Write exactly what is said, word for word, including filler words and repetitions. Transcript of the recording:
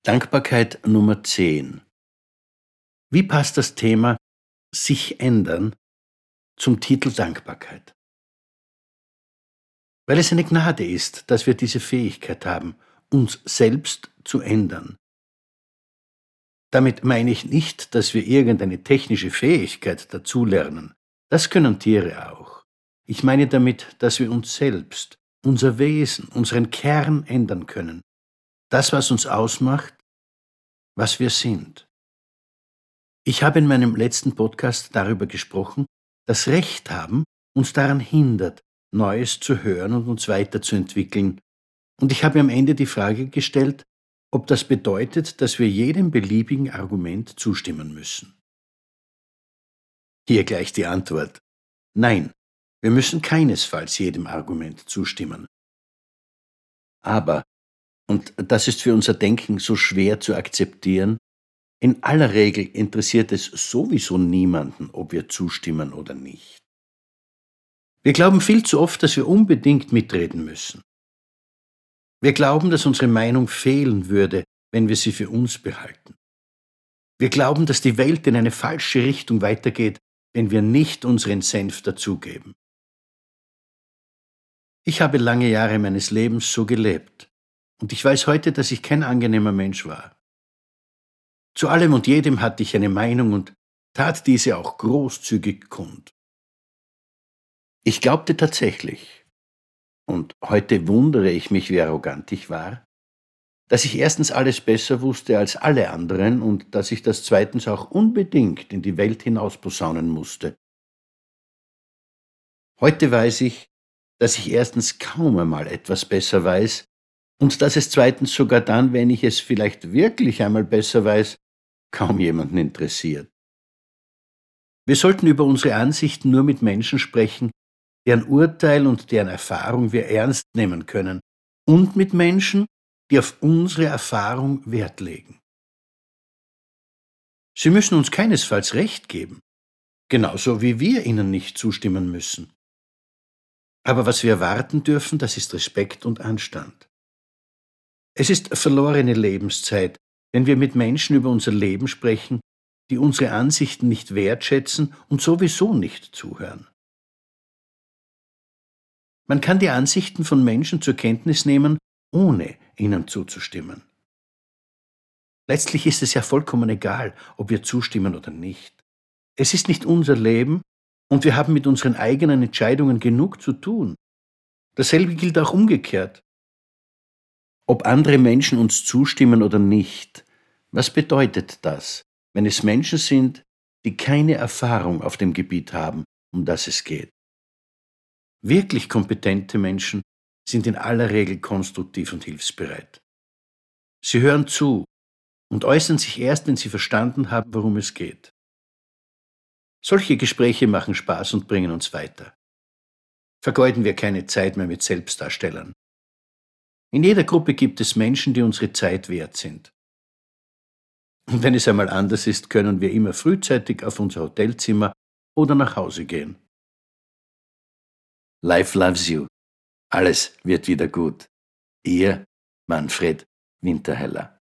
Dankbarkeit Nummer zehn. Wie passt das Thema „sich ändern“ zum Titel Dankbarkeit? Weil es eine Gnade ist, dass wir diese Fähigkeit haben, uns selbst zu ändern. Damit meine ich nicht, dass wir irgendeine technische Fähigkeit dazulernen. Das können Tiere auch. Ich meine damit, dass wir uns selbst, unser Wesen, unseren Kern ändern können. Das, was uns ausmacht, was wir sind. Ich habe in meinem letzten Podcast darüber gesprochen, dass Recht haben uns daran hindert, Neues zu hören und uns weiterzuentwickeln. Und ich habe am Ende die Frage gestellt, ob das bedeutet, dass wir jedem beliebigen Argument zustimmen müssen. Hier gleich die Antwort. Nein, wir müssen keinesfalls jedem Argument zustimmen. Aber, und das ist für unser Denken so schwer zu akzeptieren, in aller Regel interessiert es sowieso niemanden, ob wir zustimmen oder nicht. Wir glauben viel zu oft, dass wir unbedingt mitreden müssen. Wir glauben, dass unsere Meinung fehlen würde, wenn wir sie für uns behalten. Wir glauben, dass die Welt in eine falsche Richtung weitergeht, wenn wir nicht unseren Senf dazugeben. Ich habe lange Jahre meines Lebens so gelebt und ich weiß heute, dass ich kein angenehmer Mensch war. Zu allem und jedem hatte ich eine Meinung und tat diese auch großzügig kund. Ich glaubte tatsächlich, und heute wundere ich mich, wie arrogant ich war, dass ich erstens alles besser wusste als alle anderen und dass ich das zweitens auch unbedingt in die Welt hinaus posaunen musste. Heute weiß ich, dass ich erstens kaum einmal etwas besser weiß und dass es zweitens sogar dann, wenn ich es vielleicht wirklich einmal besser weiß, kaum jemanden interessiert. Wir sollten über unsere Ansichten nur mit Menschen sprechen, deren Urteil und deren Erfahrung wir ernst nehmen können, und mit Menschen, die auf unsere Erfahrung Wert legen. Sie müssen uns keinesfalls Recht geben, genauso wie wir ihnen nicht zustimmen müssen. Aber was wir erwarten dürfen, das ist Respekt und Anstand. Es ist verlorene Lebenszeit, wenn wir mit Menschen über unser Leben sprechen, die unsere Ansichten nicht wertschätzen und sowieso nicht zuhören. Man kann die Ansichten von Menschen zur Kenntnis nehmen, ohne ihnen zuzustimmen. Letztlich ist es ja vollkommen egal, ob wir zustimmen oder nicht. Es ist nicht unser Leben und wir haben mit unseren eigenen Entscheidungen genug zu tun. Dasselbe gilt auch umgekehrt. Ob andere Menschen uns zustimmen oder nicht, was bedeutet das, wenn es Menschen sind, die keine Erfahrung auf dem Gebiet haben, um das es geht? Wirklich kompetente Menschen sind in aller Regel konstruktiv und hilfsbereit. Sie hören zu und äußern sich erst, wenn sie verstanden haben, worum es geht. Solche Gespräche machen Spaß und bringen uns weiter. Vergeuden wir keine Zeit mehr mit Selbstdarstellern. In jeder Gruppe gibt es Menschen, die unsere Zeit wert sind. Und wenn es einmal anders ist, können wir immer frühzeitig auf unser Hotelzimmer oder nach Hause gehen. Life loves you. Alles wird wieder gut. Ihr Manfred Winterheller.